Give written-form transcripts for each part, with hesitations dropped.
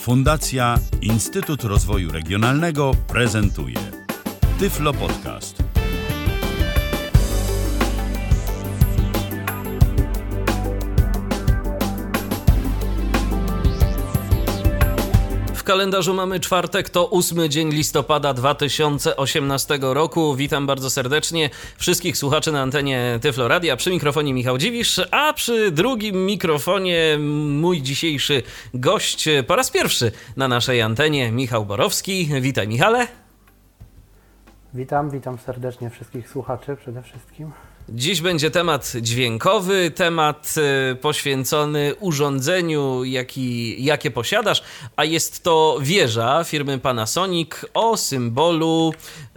Fundacja Instytut Rozwoju Regionalnego prezentuje Tyflo Podcast. W kalendarzu mamy czwartek, to 8 dzień listopada 2018 roku. Witam bardzo serdecznie wszystkich słuchaczy na antenie Tyflo Radia. Przy mikrofonie Michał Dziwisz, a przy drugim mikrofonie mój dzisiejszy gość po raz pierwszy na naszej antenie, Michał Borowski. Witaj, Michale. Witam serdecznie wszystkich słuchaczy przede wszystkim. Dziś będzie temat dźwiękowy, temat poświęcony urządzeniu, jakie posiadasz, a jest to wieża firmy Panasonic o symbolu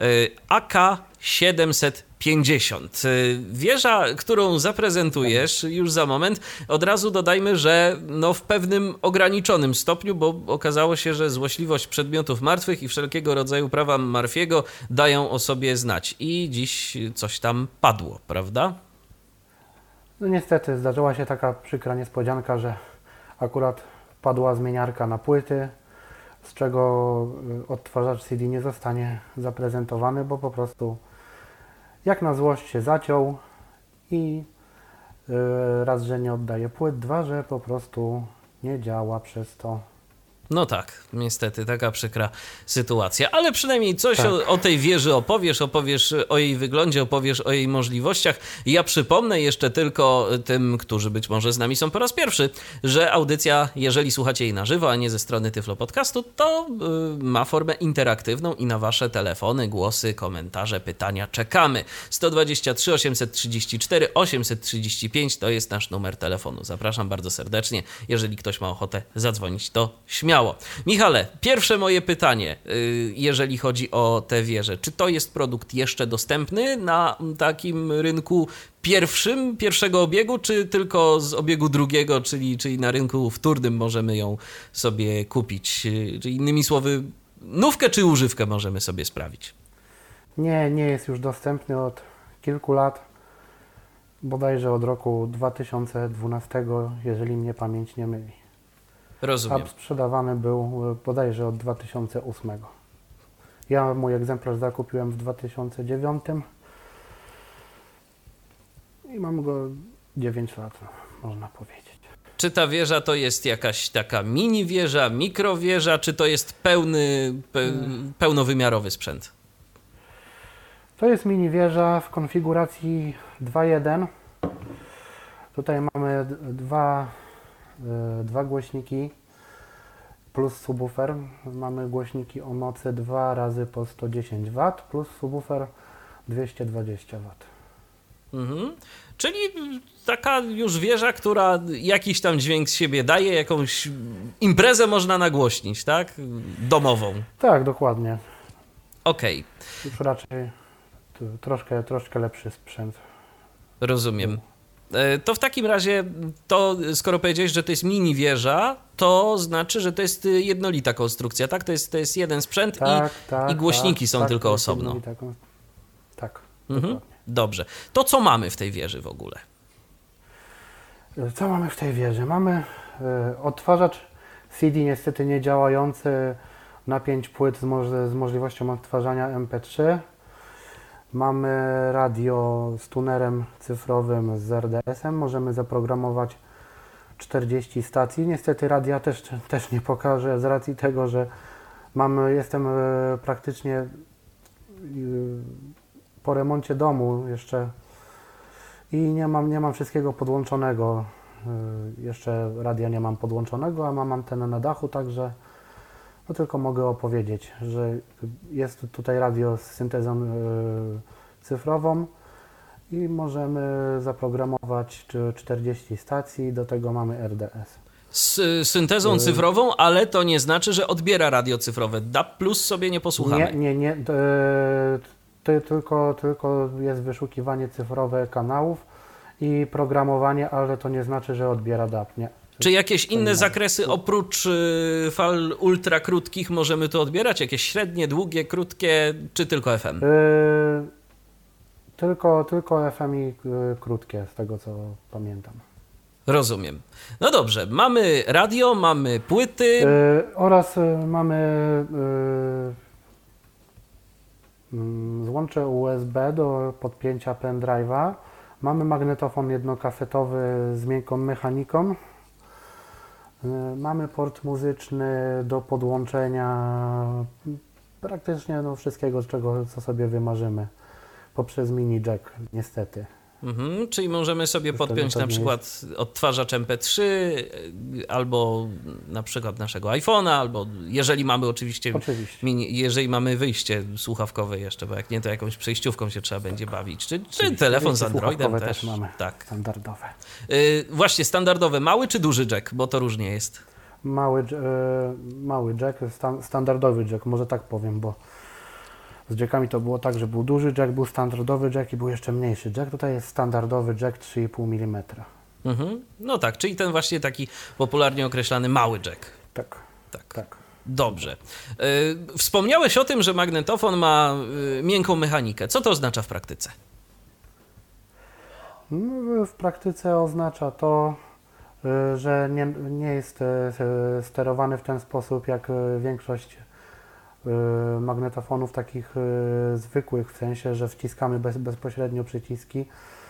AK750. Wieża, którą zaprezentujesz już za moment, od razu dodajmy, że w pewnym ograniczonym stopniu, bo okazało się, że złośliwość przedmiotów martwych i wszelkiego rodzaju prawa Murphy'ego dają o sobie znać. I dziś coś tam padło, prawda? No niestety zdarzyła się taka przykra niespodzianka, że akurat padła zmieniarka na płyty, z czego odtwarzacz CD nie zostanie zaprezentowany, bo po prostu jak na złość się zaciął i raz, że nie oddaje płyt, dwa, że po prostu nie działa przez to. No tak, niestety taka przykra sytuacja, ale przynajmniej coś tak. o tej wieży opowiesz o jej wyglądzie, opowiesz o jej możliwościach. Ja przypomnę jeszcze tylko tym, którzy być może z nami są po raz pierwszy, że audycja, jeżeli słuchacie jej na żywo, a nie ze strony Tyflo Podcastu, to ma formę interaktywną i na wasze telefony, głosy, komentarze, pytania czekamy. 123 834 835 to jest nasz numer telefonu. Zapraszam bardzo serdecznie, jeżeli ktoś ma ochotę zadzwonić, to śmiało. Michale, pierwsze moje pytanie, jeżeli chodzi o tę wieżę. Czy to jest produkt jeszcze dostępny na takim rynku pierwszego obiegu, czy tylko z obiegu drugiego, czyli na rynku wtórnym możemy ją sobie kupić? Czyli innymi słowy, nówkę czy używkę możemy sobie sprawić? Nie jest już dostępny od kilku lat, bodajże od roku 2012, jeżeli mnie pamięć nie myli. Rozumiem. A sprzedawany był bodajże od 2008. Ja mój egzemplarz zakupiłem w 2009 i mam go 9 lat, można powiedzieć. Czy ta wieża to jest jakaś taka mini wieża, mikrowieża, czy to jest pełnowymiarowy sprzęt? To jest mini wieża w konfiguracji 2.1. Tutaj mamy dwa głośniki plus subwoofer. Mamy głośniki o mocy 2 razy po 110 W plus subwoofer 220 W. Czyli taka już wieża, która jakiś tam dźwięk z siebie daje, jakąś imprezę można nagłośnić, tak? Domową. Tak, dokładnie. Okej. Już raczej troszkę lepszy sprzęt. Rozumiem. To w takim razie, skoro powiedziałeś, że to jest mini wieża, to znaczy, że to jest jednolita konstrukcja, tak? To jest jeden sprzęt i głośniki są tylko osobno. Tak. Dobrze. To co mamy w tej wieży w ogóle? Co mamy w tej wieży? Mamy odtwarzacz CD niestety nie działający na 5 płyt z możliwością odtwarzania MP3. Mamy radio z tunerem cyfrowym z RDS-em. Możemy zaprogramować 40 stacji. Niestety radia też nie pokażę z racji tego, że jestem praktycznie po remoncie domu jeszcze i nie mam wszystkiego podłączonego. Jeszcze radia nie mam podłączonego, a mam antenę na dachu, także tylko mogę opowiedzieć, że jest tutaj radio z syntezą cyfrową i możemy zaprogramować 40 stacji, do tego mamy RDS. Z syntezą cyfrową, ale to nie znaczy, że odbiera radio cyfrowe. DAB+ sobie nie posłuchamy. Nie. Tylko jest wyszukiwanie cyfrowe kanałów i programowanie, ale to nie znaczy, że odbiera DAB, nie. Czy jakieś inne zakresy oprócz fal ultrakrótkich możemy tu odbierać? Jakieś średnie, długie, krótkie, czy tylko FM? Tylko FM i krótkie, z tego co pamiętam. Rozumiem. No dobrze, mamy radio, mamy płyty. Oraz mamy złącze USB do podpięcia pendrive'a. Mamy magnetofon jednokasetowy z miękką mechaniką. Mamy port muzyczny do podłączenia praktycznie wszystkiego, co sobie wymarzymy, poprzez mini jack niestety. Czyli możemy sobie podpiąć na przykład odtwarzacz MP3 albo na przykład naszego iPhone'a, albo jeżeli mamy oczywiście. Jeżeli mamy wyjście słuchawkowe jeszcze, bo jak nie, to jakąś przejściówką się trzeba będzie bawić. Czy telefon z Androidem też mamy, tak. Standardowe. Właśnie, standardowe. Mały czy duży jack? Bo to różnie jest. Mały jack, standardowy jack, może tak powiem, bo z jackami to było tak, że był duży jack, był standardowy jack i był jeszcze mniejszy jack. Tutaj jest standardowy jack 3,5 mm. No tak, czyli ten właśnie taki popularnie określany mały jack. Tak. Dobrze. Wspomniałeś o tym, że magnetofon ma miękką mechanikę. Co to oznacza w praktyce? No, w praktyce oznacza to, że nie jest sterowany w ten sposób jak większość magnetofonów takich zwykłych, w sensie, że wciskamy bezpośrednio przyciski,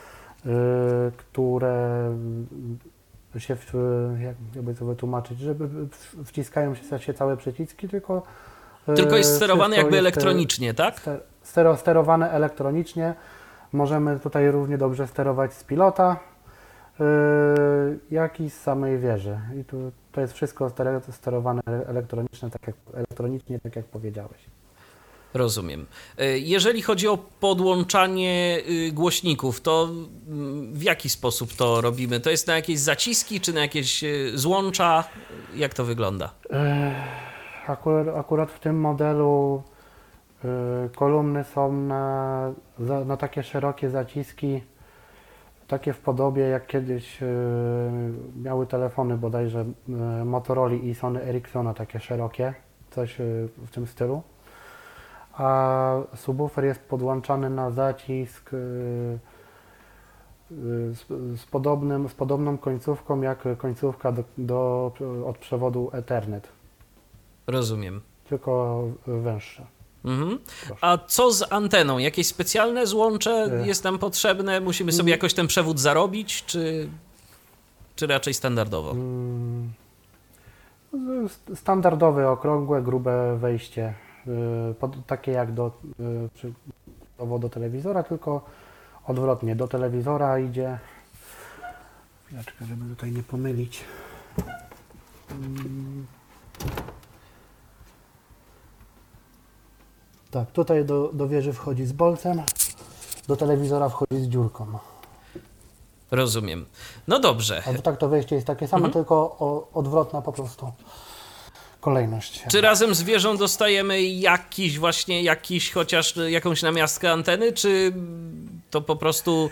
które się, jakby to wytłumaczyć, że wciskają się całe przyciski, tylko jest sterowany jakby elektronicznie, tak? Sterowane elektronicznie. Możemy tutaj równie dobrze sterować z pilota, jak i z samej wieży. I to jest wszystko sterowane elektronicznie, tak jak powiedziałeś. Rozumiem. Jeżeli chodzi o podłączanie głośników, to w jaki sposób to robimy? To jest na jakieś zaciski, czy na jakieś złącza? Jak to wygląda? Akurat w tym modelu kolumny są na takie szerokie zaciski, takie w podobie jak kiedyś miały telefony bodajże Motorola i Sony Ericssona, takie szerokie, coś w tym stylu. A subwoofer jest podłączany na zacisk z podobną końcówką jak końcówka od przewodu Ethernet. Rozumiem. Tylko węższa. A co z anteną? Jakieś specjalne złącze jest nam potrzebne? Musimy sobie jakoś ten przewód zarobić, czy raczej standardowo? Standardowe, okrągłe, grube wejście. Takie jak do telewizora, tylko odwrotnie. Do telewizora idzie... Chwileczkę, żeby tutaj nie pomylić. Tak, tutaj do wieży wchodzi z bolcem, do telewizora wchodzi z dziurką. Rozumiem. No dobrze. A tak to wejście jest takie samo, tylko odwrotna po prostu kolejność. Czy razem z wieżą dostajemy chociaż jakąś namiastkę anteny, czy to po prostu...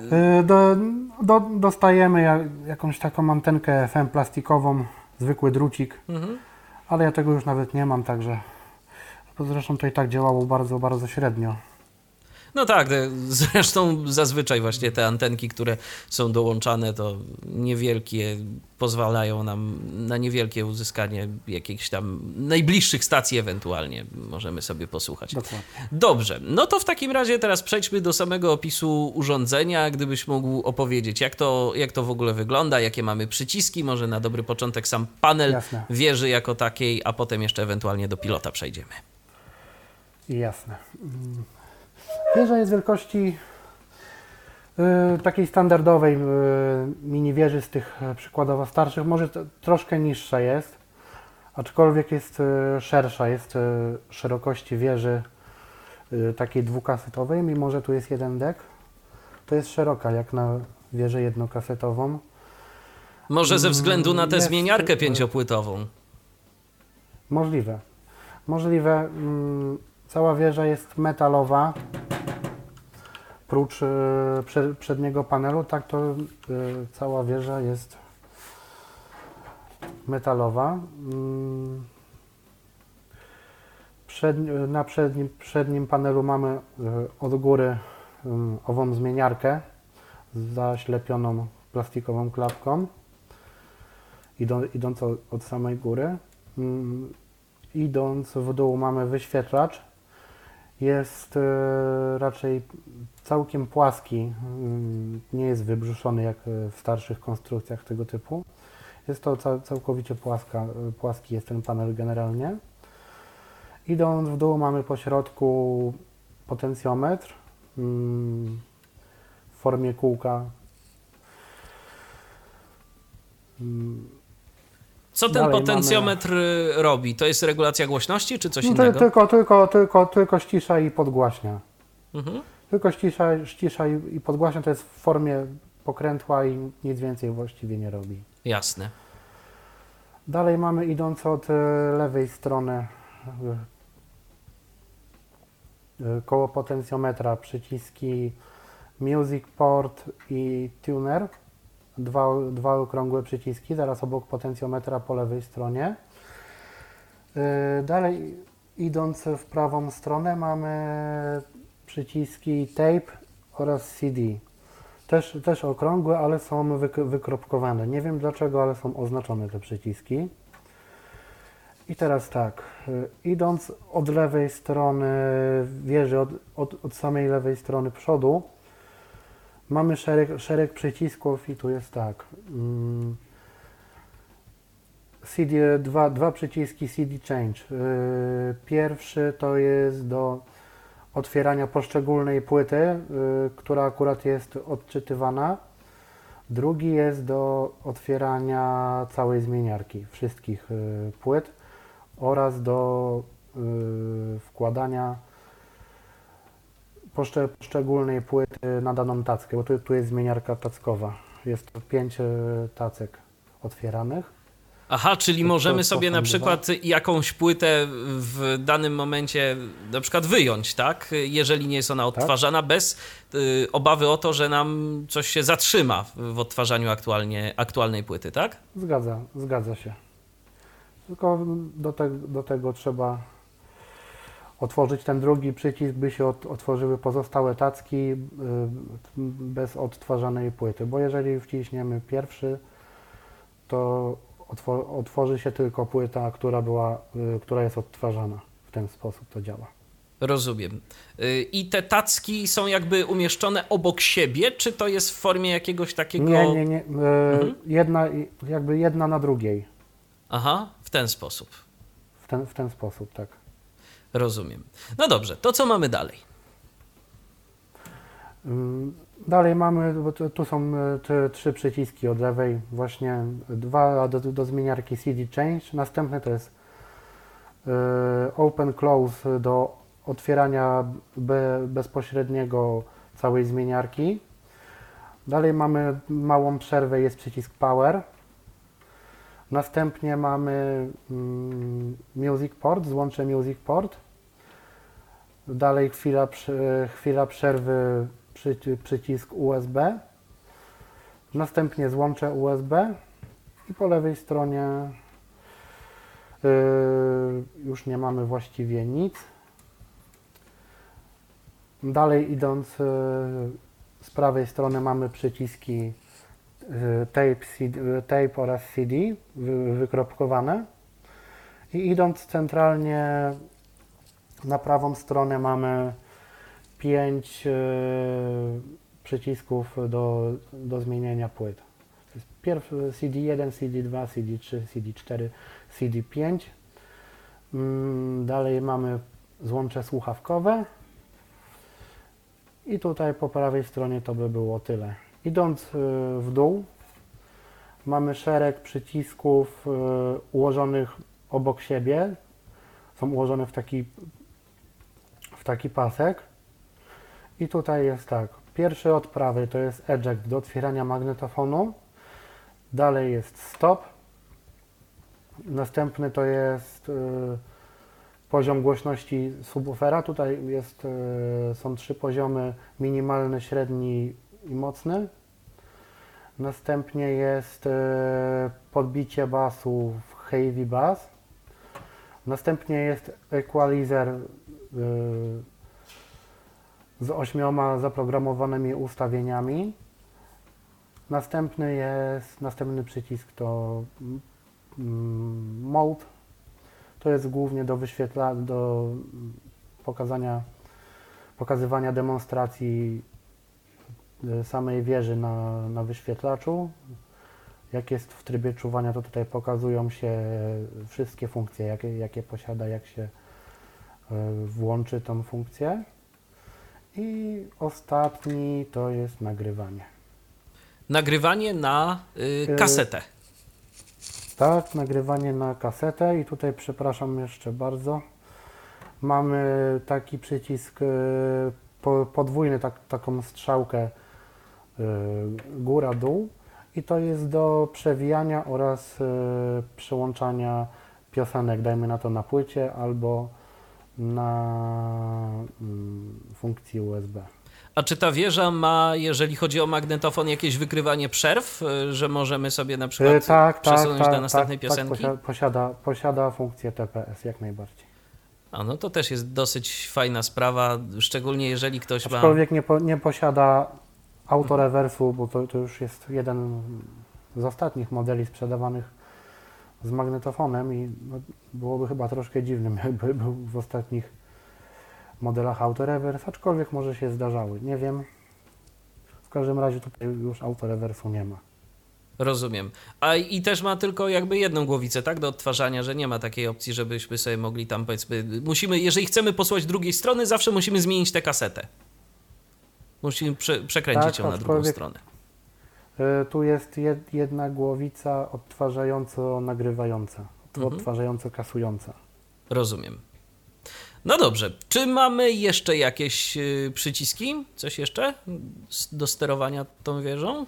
Dostajemy jakąś taką antenkę FM plastikową, zwykły drucik, ale ja tego już nawet nie mam, także zresztą to i tak działało bardzo, bardzo średnio. No tak, zresztą zazwyczaj właśnie te antenki, które są dołączane, to niewielkie, pozwalają nam na niewielkie uzyskanie jakichś tam najbliższych stacji ewentualnie możemy sobie posłuchać. Dokładnie. Dobrze, no to w takim razie teraz przejdźmy do samego opisu urządzenia, gdybyś mógł opowiedzieć, jak to w ogóle wygląda, jakie mamy przyciski, może na dobry początek sam panel wieży jako takiej, a potem jeszcze ewentualnie do pilota przejdziemy. Jasne. Wieża jest wielkości takiej standardowej mini wieży z tych przykładowo starszych, może troszkę niższa jest, aczkolwiek jest szersza, jest szerokości wieży takiej dwukasetowej, mimo że tu jest jeden dek, to jest szeroka jak na wieżę jednokasetową. Może ze względu na tę zmieniarkę pięciopłytową? Możliwe. Cała wieża jest metalowa, prócz przedniego panelu, tak to cała wieża jest metalowa. Na przednim panelu mamy od góry ową zmieniarkę zaślepioną plastikową klapką. idąc od samej góry. Idąc w dół mamy wyświetlacz. Jest raczej całkiem płaski, nie jest wybrzuszony jak w starszych konstrukcjach tego typu. Jest to całkowicie płaski jest ten panel generalnie. Idąc w dół mamy po środku potencjometr w formie kółka. Co ten potencjometr robi? To jest regulacja głośności, czy coś innego? Tylko ścisza i podgłaśnia. Tylko ścisza i podgłaśnia, to jest w formie pokrętła i nic więcej właściwie nie robi. Jasne. Dalej mamy, idąc od lewej strony, koło potencjometra przyciski Music Port i Tuner. Dwa okrągłe przyciski, zaraz obok potencjometra po lewej stronie. Dalej, idąc w prawą stronę, mamy przyciski Tape oraz CD. Też okrągłe, ale są wykropkowane. Nie wiem dlaczego, ale są oznaczone te przyciski. I teraz tak, idąc od lewej strony wieży, od samej lewej strony przodu, mamy szereg przycisków i tu jest tak. Dwa przyciski CD Change. Pierwszy to jest do otwierania poszczególnej płyty, która akurat jest odczytywana. Drugi jest do otwierania całej zmieniarki, wszystkich płyt oraz do wkładania poszczególnej płyty na daną tackę, bo tu jest zmieniarka tackowa. Jest to 5 tacek otwieranych. Aha, czyli możemy sobie na przykład jakąś płytę w danym momencie na przykład wyjąć, tak? Jeżeli nie jest ona odtwarzana, bez obawy o to, że nam coś się zatrzyma w odtwarzaniu aktualnej płyty, tak? Zgadza się. Tylko do tego trzeba otworzyć ten drugi przycisk, by się otworzyły pozostałe tacki bez odtwarzanej płyty, bo jeżeli wciśniemy pierwszy, to otworzy się tylko płyta, która jest odtwarzana. W ten sposób to działa. Rozumiem. I te tacki są jakby umieszczone obok siebie, czy to jest w formie jakiegoś takiego... Nie. Jedna na drugiej. Aha, w ten sposób. W ten sposób, tak. Rozumiem. No dobrze, to co mamy dalej? Dalej mamy, bo tu są trzy przyciski od lewej, właśnie dwa do zmieniarki CD Change. Następny to jest Open Close do otwierania bezpośredniego całej zmieniarki. Dalej mamy małą przerwę, jest przycisk Power. Następnie mamy Music Port, złącze Music Port. Dalej chwila przerwy, przycisk USB. Następnie złącze USB i po lewej stronie już nie mamy właściwie nic. Dalej idąc z prawej strony mamy przyciski tape oraz CD wykropkowane i idąc centralnie na prawą stronę mamy 5 przycisków do zmieniania płyt. To jest pierwszy CD1, CD2, CD3, CD4, CD5. Dalej mamy złącze słuchawkowe i tutaj po prawej stronie to by było tyle. Idąc w dół mamy szereg przycisków ułożonych obok siebie. Są ułożone w taki pasek. I tutaj jest tak. Pierwszy od prawej to jest eject do otwierania magnetofonu. Dalej jest stop. Następny to jest poziom głośności subwoofera. Tutaj są 3 poziomy: minimalny, średni i mocny. Następnie jest podbicie basu w heavy bass. Następnie jest equalizer z 8 zaprogramowanymi ustawieniami. Następny przycisk to Mode. To jest głównie do pokazywania demonstracji samej wieży na wyświetlaczu. Jak jest w trybie czuwania, to tutaj pokazują się wszystkie funkcje, jakie posiada, jak się włączy tą funkcję. I ostatni to jest nagrywanie. Nagrywanie na kasetę. Tak, nagrywanie na kasetę i tutaj przepraszam jeszcze bardzo. Mamy taki przycisk podwójny, taką strzałkę góra-dół i to jest do przewijania oraz przełączania piosenek, dajmy na to na płycie albo na funkcji USB. A czy ta wieża ma, jeżeli chodzi o magnetofon, jakieś wykrywanie przerw, że możemy sobie na przykład przesunąć do następnej piosenki? Posiada funkcję TPS, jak najbardziej. A no to też jest dosyć fajna sprawa, szczególnie jeżeli ktoś ma... Aczkolwiek nie posiada autorewersu, bo to już jest jeden z ostatnich modeli sprzedawanych z magnetofonem i no, byłoby chyba troszkę dziwnym, jakby był w ostatnich modelach autorewers, aczkolwiek może się zdarzały, nie wiem. W każdym razie tutaj już autorewersu nie ma. Rozumiem. I też ma tylko jakby jedną głowicę, tak, do odtwarzania, że nie ma takiej opcji, żebyśmy sobie mogli tam, powiedzmy, jeżeli chcemy posłać drugiej strony, zawsze musimy zmienić tę kasetę. Musimy przekręcić ją na drugą stronę. Tu jest jedna głowica odtwarzająco-nagrywająca, odtwarzająco-kasująca. Rozumiem. No dobrze, czy mamy jeszcze jakieś przyciski? Coś jeszcze do sterowania tą wieżą?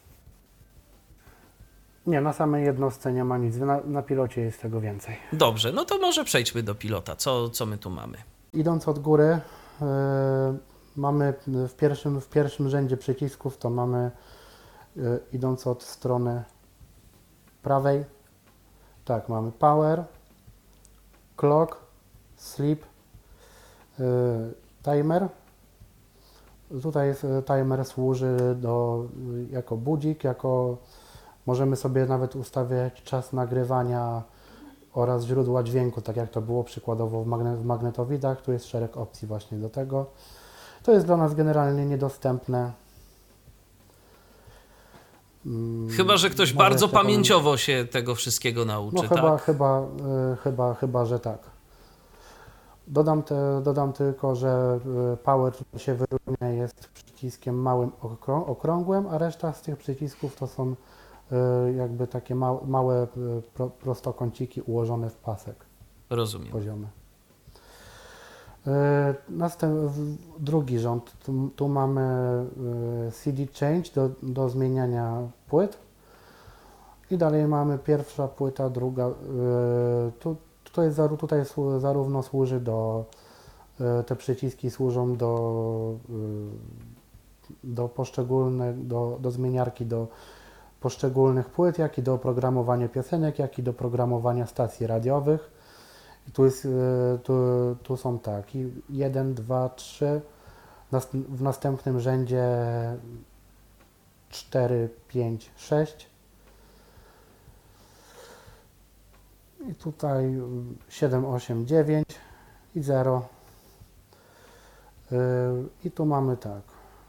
Nie, na samej jednostce nie ma nic, na pilocie jest tego więcej. Dobrze, no to może przejdźmy do pilota. Co my tu mamy? Idąc od góry, mamy w pierwszym rzędzie przycisków, to mamy idąc od strony prawej, tak, mamy Power, Clock, Sleep, Timer. Tutaj timer służy jako budzik, możemy sobie nawet ustawiać czas nagrywania oraz źródła dźwięku, tak jak to było przykładowo w magnetowidach. Tu jest szereg opcji właśnie do tego. To jest dla nas generalnie niedostępne. Chyba że ktoś bardzo pamięciowo się tego wszystkiego nauczy, no, tak? Chyba, że tak. Dodam tylko, że Power się wyróżnia, jest przyciskiem małym, okrągłym, a reszta z tych przycisków to są jakby takie małe prostokąciki ułożone w pasek. Rozumiem. Poziomy. Drugi rząd. Tu mamy CD Change do zmieniania płyt. I dalej mamy pierwsza płyta, druga. Tutaj zarówno służy te przyciski służą do poszczególnych, do zmieniarki, do poszczególnych płyt, jak i do oprogramowania piosenek, jak i do programowania stacji radiowych. I tu są tak, 1, 2, 3, w następnym rzędzie 4, 5, 6 i tutaj 7, 8, 9 i 0 i tu mamy tak,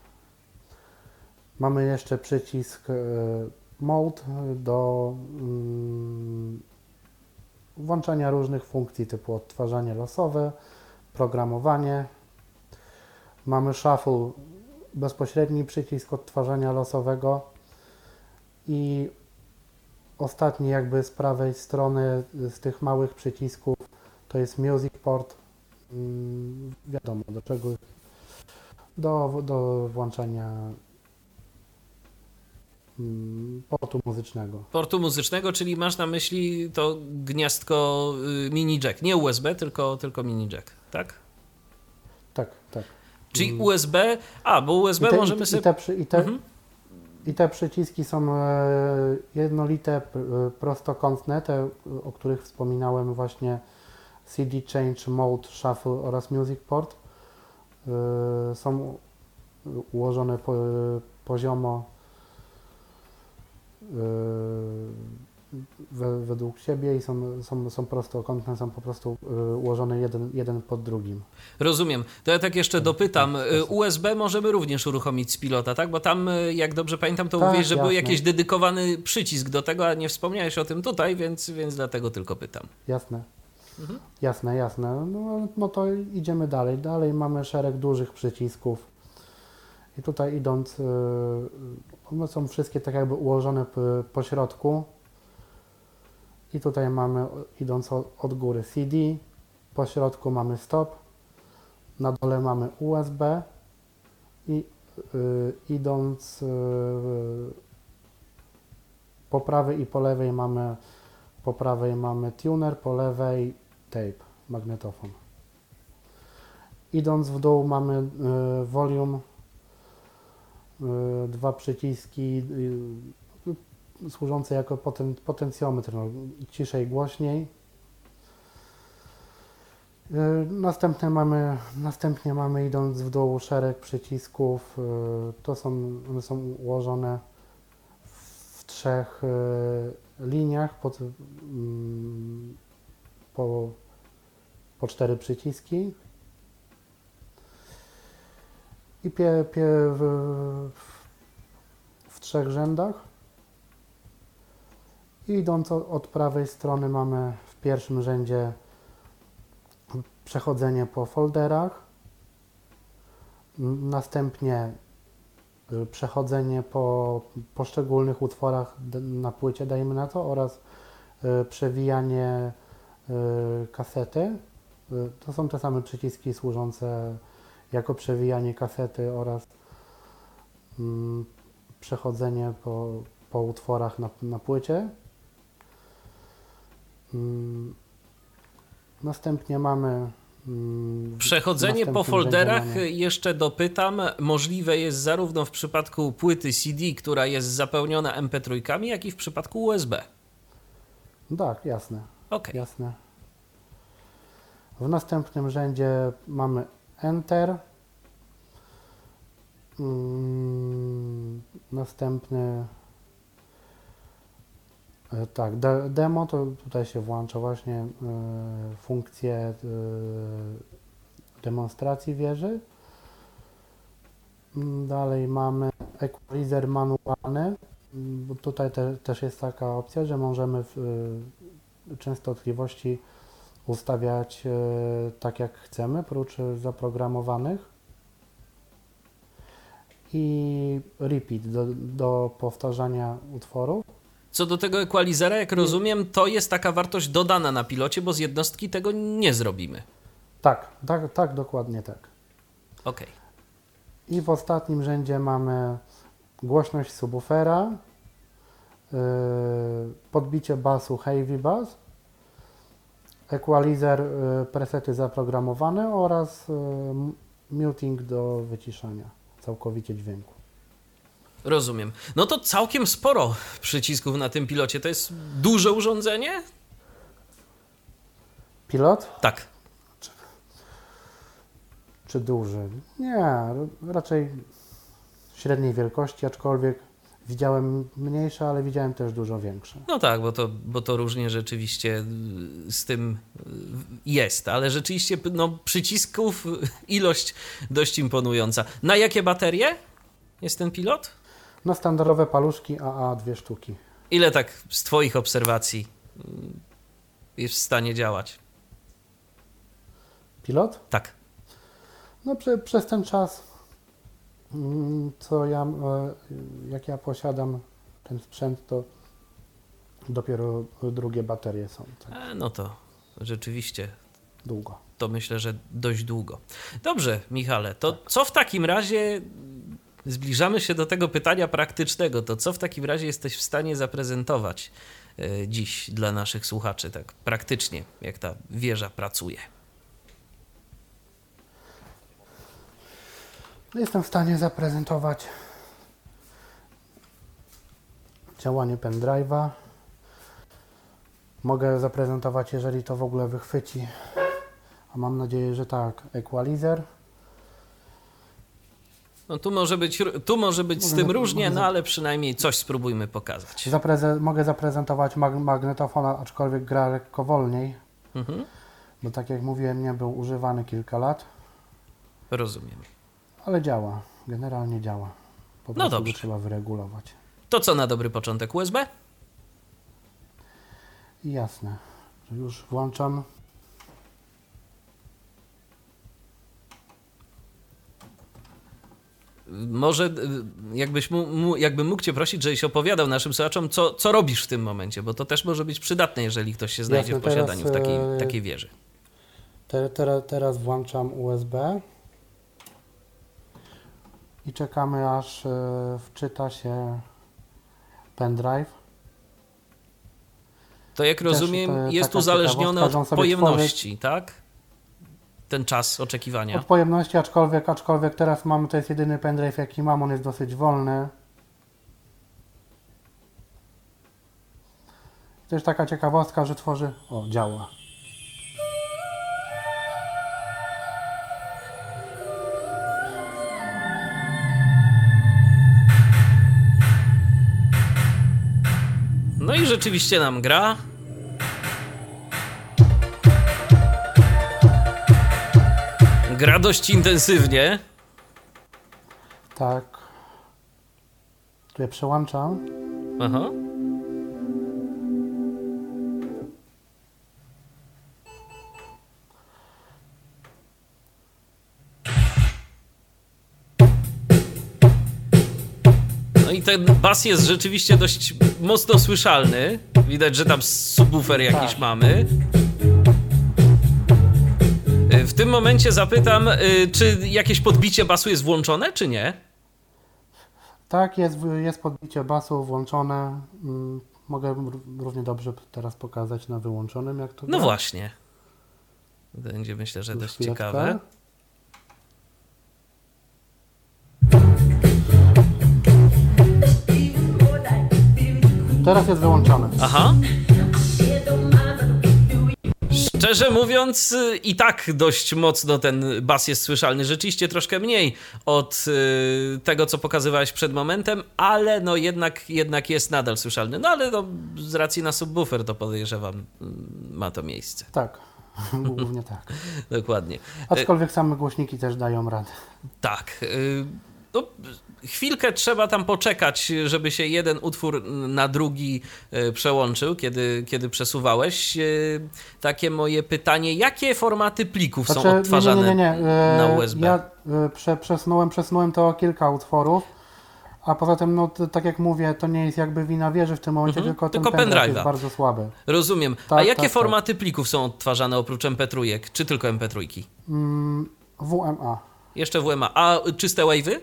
mamy jeszcze przycisk Mode do włączania różnych funkcji typu odtwarzanie losowe, programowanie. Mamy Shuffle, bezpośredni przycisk odtwarzania losowego i ostatni jakby z prawej strony z tych małych przycisków to jest Music Port, wiadomo do czego, do włączania portu muzycznego. Portu muzycznego, czyli masz na myśli to gniazdko mini jack, nie USB, tylko mini jack, tak? Tak. Czyli USB, bo USB możemy sobie... I te przyciski są jednolite, prostokątne, te, o których wspominałem właśnie, CD Change, Mode, Shuffle oraz Music Port. Są ułożone poziomo według siebie i są prostokątne, są po prostu ułożone jeden pod drugim. Rozumiem. To ja tak jeszcze dopytam. USB możemy również uruchomić z pilota, tak? Bo tam, jak dobrze pamiętam, to mówiłeś, że był jakiś dedykowany przycisk do tego, a nie wspomniałeś o tym tutaj, więc dlatego tylko pytam. Jasne. Jasne. No to idziemy dalej. Dalej mamy szereg dużych przycisków. I tutaj idąc, one są wszystkie tak jakby ułożone po środku. I tutaj mamy, idąc od góry, CD, po środku mamy stop, na dole mamy USB i idąc po prawej i po prawej mamy tuner, po lewej tape, magnetofon. Idąc w dół mamy volume, dwa przyciski służące jako potencjometr, no, ciszej, głośniej. Następnie mamy, idąc w dół, szereg przycisków. One są ułożone w 3 liniach po 4 przyciski. I w 3 rzędach. I idąc od prawej strony mamy w pierwszym rzędzie przechodzenie po folderach, następnie przechodzenie po poszczególnych utworach na płycie, dajmy na to, oraz przewijanie kasety. To są te same przyciski służące jako przewijanie kasety oraz przechodzenie po utworach na płycie. Następnie mamy przechodzenie po folderach, jeszcze dopytam, możliwe jest zarówno w przypadku płyty CD, która jest zapełniona MP3, jak i w przypadku USB. Tak, jasne. Okay. Jasne. W następnym rzędzie mamy Enter. Następny tak, demo, to tutaj się włącza właśnie funkcję demonstracji wieży. Dalej mamy equalizer manualny, bo tutaj też jest taka opcja, że możemy częstotliwości ustawiać tak jak chcemy, prócz zaprogramowanych. I repeat do powtarzania utworów. Co do tego equalizera, jak rozumiem, to jest taka wartość dodana na pilocie, bo z jednostki tego nie zrobimy. Tak, dokładnie tak. Okej. I w ostatnim rzędzie mamy głośność subwoofera, podbicie basu heavy bass, equalizer, presety zaprogramowane oraz muting do wyciszania całkowicie dźwięku. Rozumiem. No to całkiem sporo przycisków na tym pilocie. To jest duże urządzenie? Pilot? Tak. Czy duży? Nie, raczej średniej wielkości, aczkolwiek widziałem mniejsze, ale widziałem też dużo większe. No tak, bo to różnie rzeczywiście z tym jest, ale rzeczywiście no, przycisków ilość dość imponująca. Na jakie baterie jest ten pilot? Na standardowe paluszki AA 2 sztuki. Ile tak z Twoich obserwacji jest w stanie działać? Pilot? Tak. No przez ten czas, jak ja posiadam ten sprzęt, to dopiero drugie baterie są. Tak. No to rzeczywiście długo. To myślę, że dość długo. Dobrze, Michale, to co w takim razie, zbliżamy się do tego pytania praktycznego, to co w takim razie jesteś w stanie zaprezentować dziś dla naszych słuchaczy, tak praktycznie, jak ta wieża pracuje? Jestem w stanie zaprezentować działanie pendrive'a. Mogę zaprezentować, jeżeli to w ogóle wychwyci, a mam nadzieję, że tak, equalizer. No tu może być z tym różnie, no ale przynajmniej coś spróbujmy pokazać. Mogę zaprezentować magnetofon, aczkolwiek gra lekko wolniej, bo tak jak mówiłem, nie był używany kilka lat. Rozumiem. Ale działa, generalnie działa. Po No prostu dobrze. go trzeba wyregulować. To co na dobry początek, USB? I jasne, że już włączam. Może jakbym mógł Cię prosić, żebyś opowiadał naszym słuchaczom, co robisz w tym momencie, bo to też może być przydatne, jeżeli ktoś się znajdzie Jasne, w posiadaniu teraz, takiej wieży. Teraz włączam USB i czekamy, aż wczyta się pendrive. To jak rozumiem, jest taka uzależnione ciekawostka, że on od sobie pojemności, tak? Ten czas oczekiwania. Od pojemności, aczkolwiek teraz mamy, to jest jedyny pendrive jaki mam, on jest dosyć wolny. To jest taka ciekawostka, że tworzy... O, działa. No i rzeczywiście nam gra. Gra dość intensywnie. Tak. Tu je przełączam. Aha. No i ten bas jest rzeczywiście dość mocno słyszalny. Widać, że tam subwoofer jakiś mamy. W tym momencie zapytam, czy jakieś podbicie basu jest włączone, czy nie? Tak, jest podbicie basu włączone. Mogę równie dobrze teraz pokazać na wyłączonym, jak to No gra. właśnie. Będzie, myślę, że Już dość chwileczkę. ciekawe. Teraz jest wyłączone. Aha. Szczerze mówiąc, i tak dość mocno ten bas jest słyszalny. Rzeczywiście troszkę mniej od tego, co pokazywałeś przed momentem, ale no jednak jest nadal słyszalny. No ale no, z racji na subwoofer to podejrzewam, ma to miejsce. Tak, głównie tak. Dokładnie. Aczkolwiek same głośniki też dają radę. Tak. No, chwilkę trzeba tam poczekać, żeby się jeden utwór na drugi przełączył, kiedy przesuwałeś. Takie moje pytanie, jakie formaty plików są odtwarzane na USB? Ja przesunąłem to o kilka utworów, a poza tym, no tak jak mówię, to nie jest jakby wina wieży w tym momencie, tylko ten Tylko pendrive pendrive'a. jest bardzo słaby. Rozumiem. A Tak, jakie tak, formaty plików są odtwarzane oprócz MP3, czy tylko MP3? WMA. Jeszcze WMA. A czyste wave'y?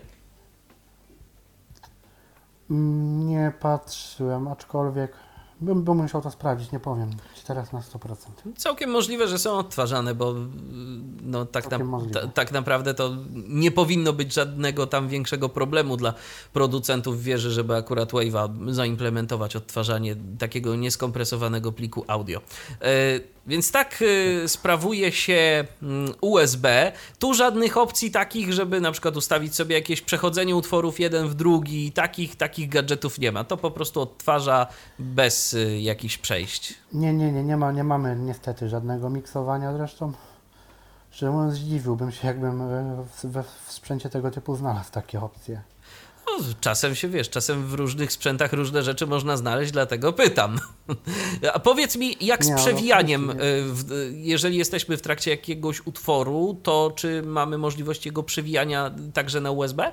Nie patrzyłem, aczkolwiek bym musiał to sprawdzić, nie powiem ci teraz na 100%. Całkiem możliwe, że są odtwarzane, bo no, Możliwe. tak naprawdę to nie powinno być żadnego tam większego problemu dla producentów wieży, żeby akurat Wave'a zaimplementować odtwarzanie takiego nieskompresowanego pliku audio. Więc tak sprawuje się USB. Tu żadnych opcji takich, żeby na przykład ustawić sobie jakieś przechodzenie utworów jeden w drugi. Takich gadżetów nie ma. To po prostu odtwarza bez jakichś przejść. Nie mamy niestety żadnego miksowania zresztą. Szczerze mówiąc, zdziwiłbym się, jakbym w sprzęcie tego typu znalazł takie opcje. No, czasem w różnych sprzętach różne rzeczy można znaleźć, dlatego pytam. A powiedz mi, jak z przewijaniem, jeżeli jesteśmy w trakcie jakiegoś utworu, to czy mamy możliwość jego przewijania także na USB?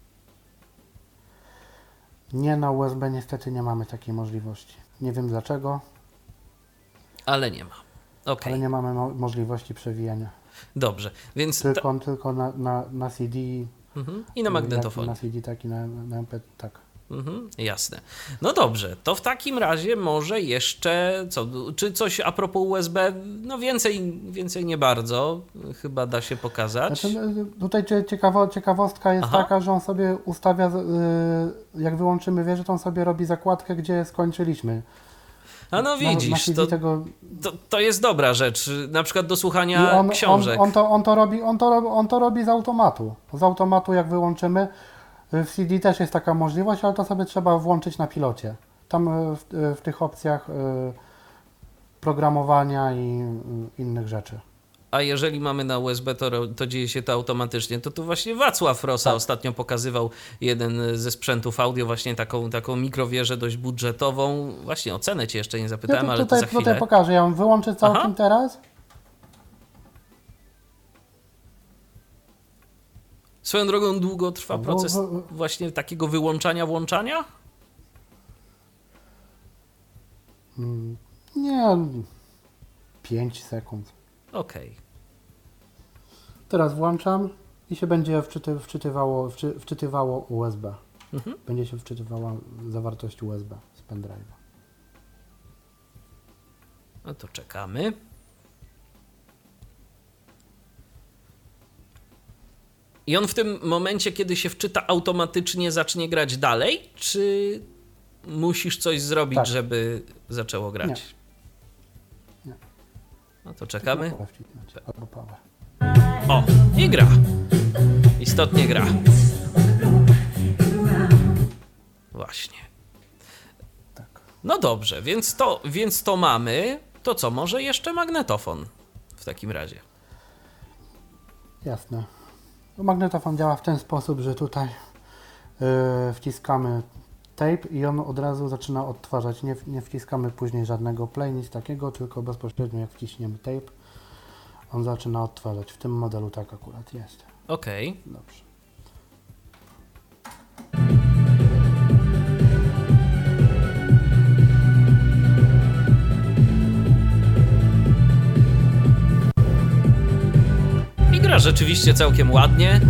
Nie, na USB niestety nie mamy takiej możliwości. Nie wiem dlaczego, Ale nie ma. Okej. ale nie mamy możliwości przewijania. Dobrze, więc... Tylko na CD. I na magnetofonie. Na CD, tak i na MP, tak. Jasne. No dobrze, to w takim razie może jeszcze, czy coś a propos USB, no więcej nie bardzo, chyba da się pokazać. Znaczy, tutaj ciekawostka jest taka, że on sobie ustawia, jak wyłączymy wieżę, to on sobie robi zakładkę, gdzie skończyliśmy. A no widzisz, na CD tego... to jest dobra rzecz, na przykład do słuchania książek. On to robi z automatu. Z automatu jak wyłączymy, w CD też jest taka możliwość, ale to sobie trzeba włączyć na pilocie. Tam w tych opcjach programowania i innych rzeczy. A jeżeli mamy na USB, to dzieje się to automatycznie. To tu właśnie Wacław Rosa ostatnio pokazywał jeden ze sprzętów audio, właśnie taką mikrowieżę dość budżetową. Właśnie o cenę cię jeszcze nie zapytałem, ale to za chwilę. Tutaj pokażę, ja ją wyłączę całkiem teraz. Swoją drogą długo trwa proces właśnie takiego wyłączania, włączania? Nie, 5 sekund. Okej. Teraz włączam i się będzie wczytywało USB. Będzie się wczytywała zawartość USB z pendrive'a. No to czekamy. I on w tym momencie, kiedy się wczyta, automatycznie zacznie grać dalej? Czy musisz coś zrobić, żeby zaczęło grać? Nie. No to czekamy. Albo power. O, i gra. Istotnie gra. Właśnie. Tak. No dobrze, więc to mamy. To co, może jeszcze magnetofon w takim razie? Jasne. Magnetofon działa w ten sposób, że tutaj wciskamy tape i on od razu zaczyna odtwarzać. Nie wciskamy później żadnego play, nic takiego, tylko bezpośrednio jak wciśniemy tape, on zaczyna odtwarzać. W tym modelu tak akurat jest. Okej. Dobrze. I gra rzeczywiście całkiem ładnie.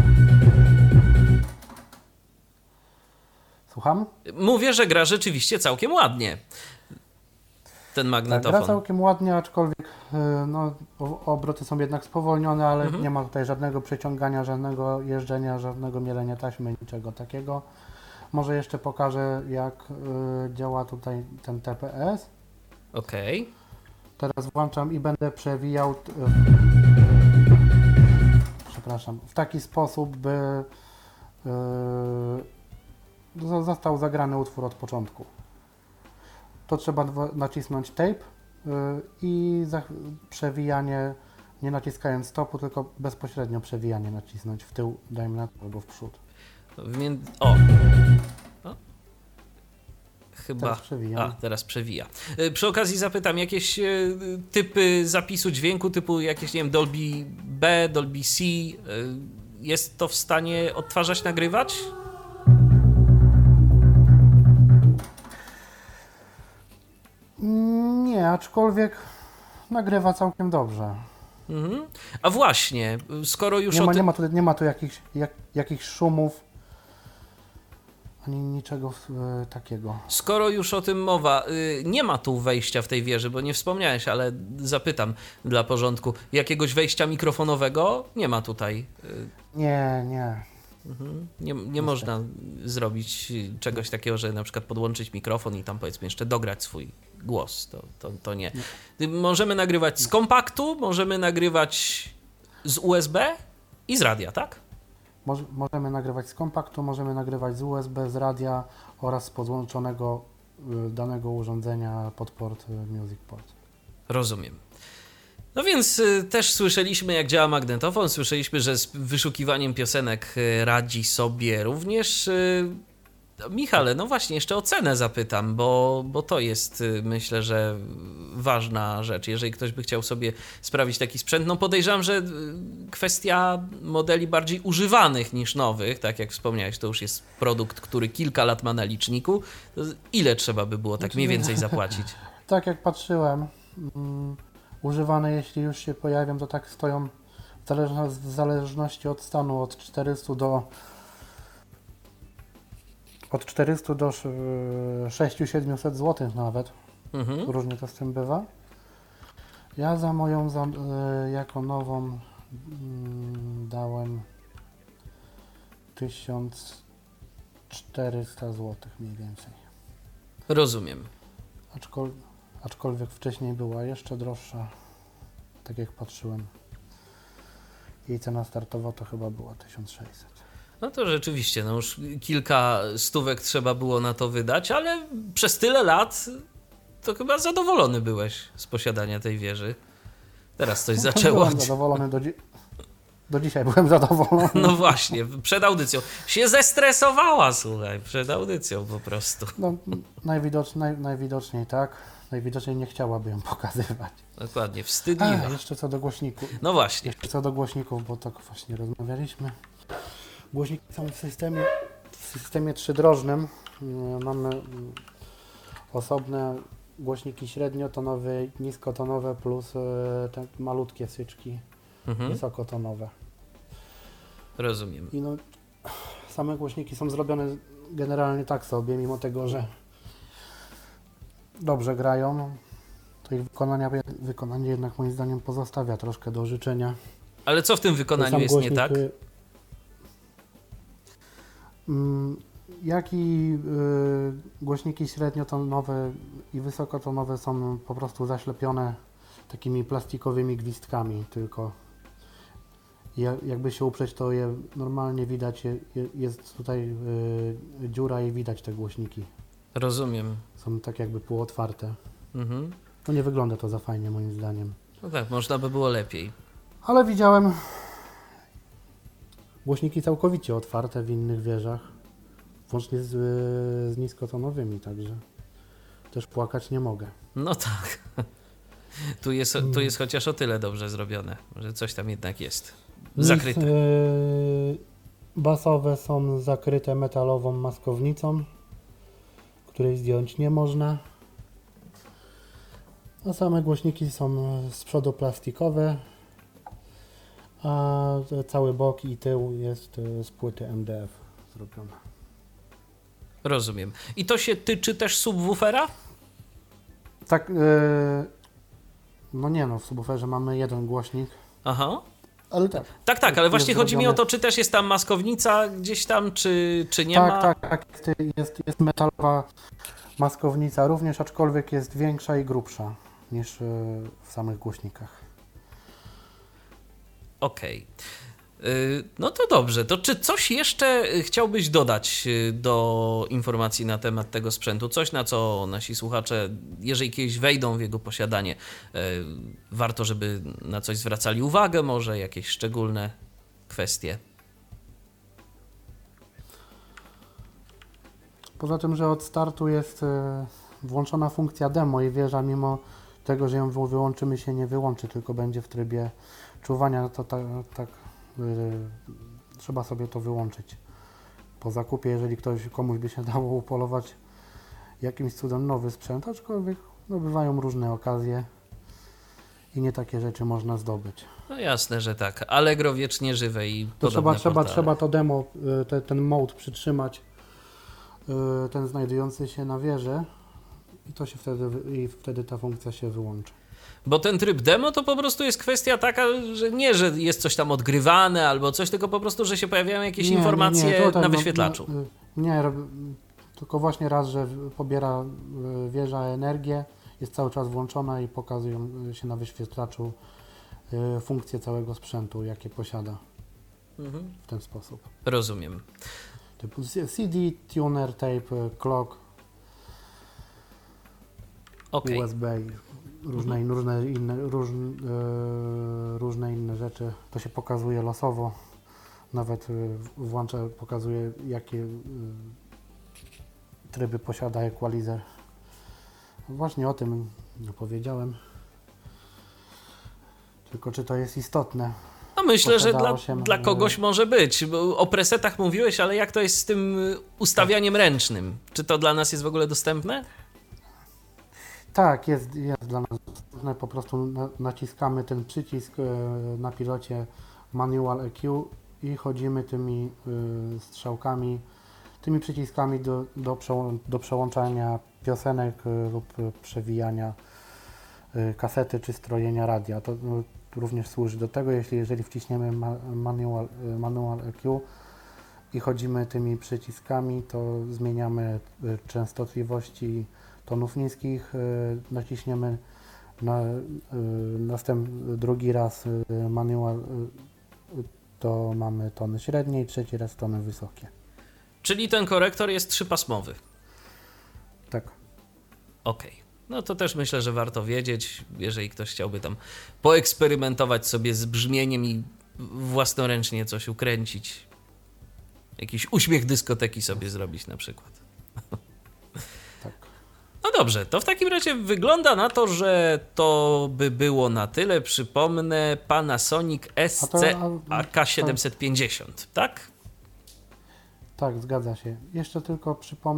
Słucham? Mówię, że gra rzeczywiście całkiem ładnie. Ten Tak, magnetofon. gra całkiem ładnie, aczkolwiek no, obroty są jednak spowolnione, ale nie ma tutaj żadnego przeciągania, żadnego jeżdżenia, żadnego mielenia taśmy, niczego takiego. Może jeszcze pokażę, jak działa tutaj ten TPS. Okej. Teraz włączam i będę przewijał w taki sposób, by został zagrany utwór od początku. To trzeba nacisnąć tape i przewijanie, nie naciskając stopu, tylko bezpośrednio przewijanie nacisnąć w tył, dajmy na to, albo w przód. O! Chyba. Teraz przewija. Teraz przewija. Przy okazji zapytam, jakieś typy zapisu dźwięku, typu jakieś, nie wiem, Dolby B, Dolby C, jest to w stanie odtwarzać, nagrywać? Nie, aczkolwiek nagrywa całkiem dobrze. A właśnie, skoro już nie ma tu jakichś szumów, ani niczego takiego. Skoro już o tym mowa, nie ma tu wejścia w tej wieży, bo nie wspomniałeś, ale zapytam dla porządku, jakiegoś wejścia mikrofonowego nie ma tutaj. Nie. Nie można zrobić czegoś takiego, że na przykład podłączyć mikrofon i tam powiedzmy jeszcze dograć swój głos. To nie. Możemy nagrywać z kompaktu, możemy nagrywać z USB i z radia, tak? Możemy nagrywać z kompaktu, możemy nagrywać z USB, z radia oraz z podłączonego danego urządzenia pod port Music Port. Rozumiem. No więc też słyszeliśmy, jak działa magnetofon, słyszeliśmy, że z wyszukiwaniem piosenek radzi sobie również. Michale, no właśnie, jeszcze o cenę zapytam, bo to jest, myślę, że ważna rzecz. Jeżeli ktoś by chciał sobie sprawić taki sprzęt, no podejrzewam, że kwestia modeli bardziej używanych niż nowych, tak jak wspomniałeś, to już jest produkt, który kilka lat ma na liczniku. To ile trzeba by było tak mniej więcej zapłacić? Tak jak patrzyłem, używane, jeśli już się pojawią, to tak stoją w zależności od stanu od 400 do 600-700 zł nawet. Różnie to z tym bywa. Ja za moją jako nową dałem 1400 zł mniej więcej. Rozumiem. aczkolwiek wcześniej była jeszcze droższa, tak jak patrzyłem. Jej cena startowa to chyba była 1600. No to rzeczywiście, no już kilka stówek trzeba było na to wydać, ale przez tyle lat to chyba zadowolony byłeś z posiadania tej wieży. Teraz coś zaczęło. Byłem zadowolony do dzisiaj byłem zadowolony. No właśnie, przed audycją. Się zestresowała, słuchaj, przed audycją po prostu. No, najwidoczniej tak. Najwidoczniej nie chciałaby ją pokazywać. Dokładnie, wstydliwa. Jeszcze co do głośników. No właśnie. Jeszcze co do głośników, bo tak właśnie rozmawialiśmy. Głośniki są w systemie trzydrożnym. Mamy osobne głośniki średniotonowe, niskotonowe plus te malutkie syczki wysokotonowe. Rozumiem. I no, same głośniki są zrobione generalnie tak sobie, mimo tego, że dobrze grają, to ich wykonanie jednak moim zdaniem pozostawia troszkę do życzenia. Ale co w tym wykonaniu jest nie tak? Jak i głośniki średniotonowe i wysokotonowe są po prostu zaślepione takimi plastikowymi gwizdkami tylko. Jakby się uprzeć, to je normalnie widać, jest tutaj dziura i widać te głośniki. Rozumiem. Są tak jakby półotwarte. Mhm. No nie wygląda to za fajnie moim zdaniem. No tak, można by było lepiej. Ale widziałem głośniki całkowicie otwarte w innych wieżach, włącznie z niskotonowymi, także też płakać nie mogę. No tak. Tu jest chociaż o tyle dobrze zrobione, że coś tam jednak jest zakryte. Basowe są zakryte metalową maskownicą, której zdjąć nie można. A same głośniki są z przodu plastikowe, a cały bok i tył jest z płyty MDF zrobione. Rozumiem. I to się tyczy też subwoofera? Tak, no nie no, w subwooferze mamy jeden głośnik. Aha. Ale tak. Tak, ale właśnie chodzi mi o zrobione. to, czy też jest tam maskownica gdzieś tam, czy nie ma? Tak, jest metalowa maskownica również, aczkolwiek jest większa i grubsza niż w samych głośnikach. Okej. No to dobrze. To czy coś jeszcze chciałbyś dodać do informacji na temat tego sprzętu? Coś, na co nasi słuchacze, jeżeli kiedyś wejdą w jego posiadanie, warto, żeby na coś zwracali uwagę, może jakieś szczególne kwestie? Poza tym, że od startu jest włączona funkcja demo i wieża, mimo tego, że ją wyłączymy, się nie wyłączy, tylko będzie w trybie czuwania, no to tak trzeba sobie to wyłączyć. Po zakupie, jeżeli komuś by się dało upolować jakimś cudem nowy sprzęt, aczkolwiek no, bywają różne okazje i nie takie rzeczy można zdobyć. No jasne, że tak. Allegro wiecznie żywe i To podobne portale. trzeba to demo, ten mode przytrzymać, ten znajdujący się na wieży i to się wtedy ta funkcja się wyłączy. Bo ten tryb demo to po prostu jest kwestia taka, że nie, że jest coś tam odgrywane albo coś, tylko po prostu, że się pojawiają jakieś informacje tutaj, na wyświetlaczu. Tylko właśnie raz, że pobiera wieża energię, jest cały czas włączona i pokazują się na wyświetlaczu funkcje całego sprzętu, jakie posiada w ten sposób. Rozumiem. Typu CD, tuner, tape, clock, Okej. USB, różne inne rzeczy. To się pokazuje losowo. Nawet pokazuje, jakie tryby posiada equalizer. Właśnie o tym nie powiedziałem. Tylko czy to jest istotne? No myślę, że Posiadało się, dla kogoś może być. Bo o presetach mówiłeś, ale jak to jest z tym ustawianiem ręcznym? Czy to dla nas jest w ogóle dostępne? Tak, jest dla nas dostępne. Po prostu naciskamy ten przycisk na pilocie Manual EQ i chodzimy tymi strzałkami, tymi przyciskami do przełączania piosenek lub przewijania kasety czy strojenia radia. To również służy do tego, jeżeli wciśniemy Manual EQ i chodzimy tymi przyciskami, to zmieniamy częstotliwości tonów niskich, naciśniemy drugi raz manual, to mamy tony średnie i trzeci raz tony wysokie. Czyli ten korektor jest 3-pasmowy. Tak. Okej. No to też myślę, że warto wiedzieć, jeżeli ktoś chciałby tam poeksperymentować sobie z brzmieniem i własnoręcznie coś ukręcić. Jakiś uśmiech dyskoteki sobie zrobić na przykład. Tak. No dobrze, to w takim razie wygląda na to, że to by było na tyle. Przypomnę, Panasonic SC-AK750, tak? Tak, zgadza się. Jeszcze tylko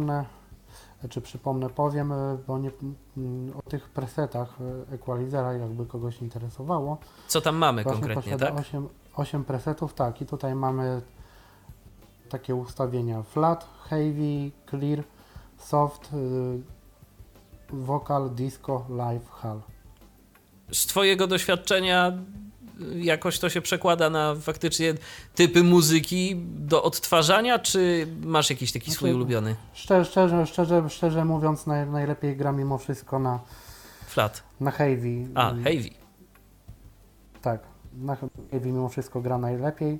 powiem, bo nie, o tych presetach equalizera, jakby kogoś interesowało. Co tam mamy Właśnie konkretnie, posiada tak? 8 presetów, tak. I tutaj mamy takie ustawienia flat, heavy, clear, soft, vocal, disco, live, hall. Z twojego doświadczenia jakoś to się przekłada na faktycznie typy muzyki do odtwarzania, czy masz jakiś taki swój ulubiony? Szczerze mówiąc, najlepiej gra mimo wszystko na Flat. Na heavy. Heavy. Tak, na heavy mimo wszystko gra najlepiej.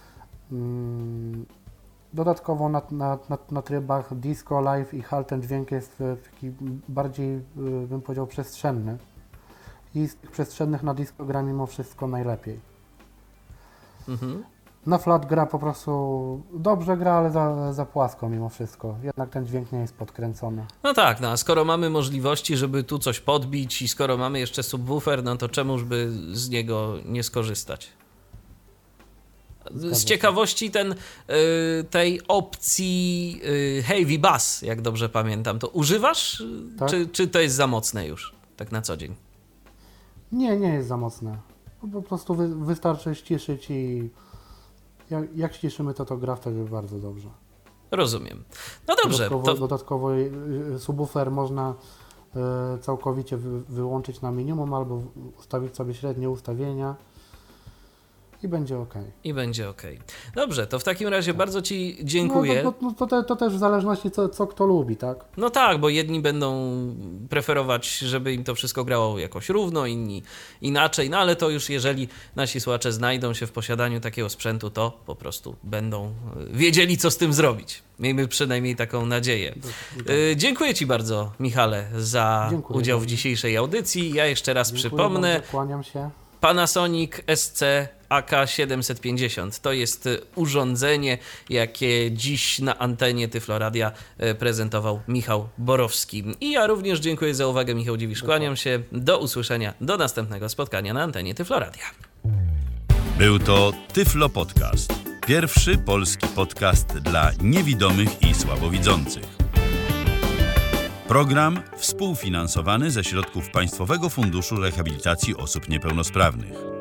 Dodatkowo na trybach disco, live i hall ten dźwięk jest taki bardziej, bym powiedział, przestrzenny. I z tych przestrzennych na disco gra mimo wszystko najlepiej. Mhm. Na flat gra po prostu dobrze gra, ale za płasko mimo wszystko. Jednak ten dźwięk nie jest podkręcony. No tak, no a skoro mamy możliwości, żeby tu coś podbić i skoro mamy jeszcze subwoofer, no to czemuż by z niego nie skorzystać? Z ciekawości tej opcji Heavy Bass, jak dobrze pamiętam, to używasz? Tak? Czy to jest za mocne już, tak na co dzień? Nie jest za mocne. Po prostu wystarczy ściszyć i jak ściszymy to gra wtedy bardzo dobrze. Rozumiem. No dobrze. Dodatkowo subwoofer można całkowicie wyłączyć na minimum albo ustawić sobie średnie ustawienia. I będzie ok. Dobrze, to w takim razie bardzo Ci dziękuję. To też w zależności co kto lubi, tak? No tak, bo jedni będą preferować, żeby im to wszystko grało jakoś równo, inni inaczej, no ale to już jeżeli nasi słuchacze znajdą się w posiadaniu takiego sprzętu, to po prostu będą wiedzieli, co z tym zrobić. Miejmy przynajmniej taką nadzieję. Dziękuję Ci bardzo, Michale, za udział w dzisiejszej audycji. Ja jeszcze raz przypomnę. Bardzo, kłaniam się. Panasonic SC-AK750 to jest urządzenie, jakie dziś na antenie Tyfloradia prezentował Michał Borowski. I ja również dziękuję za uwagę, Michał Dziwisz. Kłaniam się. Do usłyszenia, do następnego spotkania na antenie Tyfloradia. Był to Tyflo Podcast. Pierwszy polski podcast dla niewidomych i słabowidzących. Program współfinansowany ze środków Państwowego Funduszu Rehabilitacji Osób Niepełnosprawnych.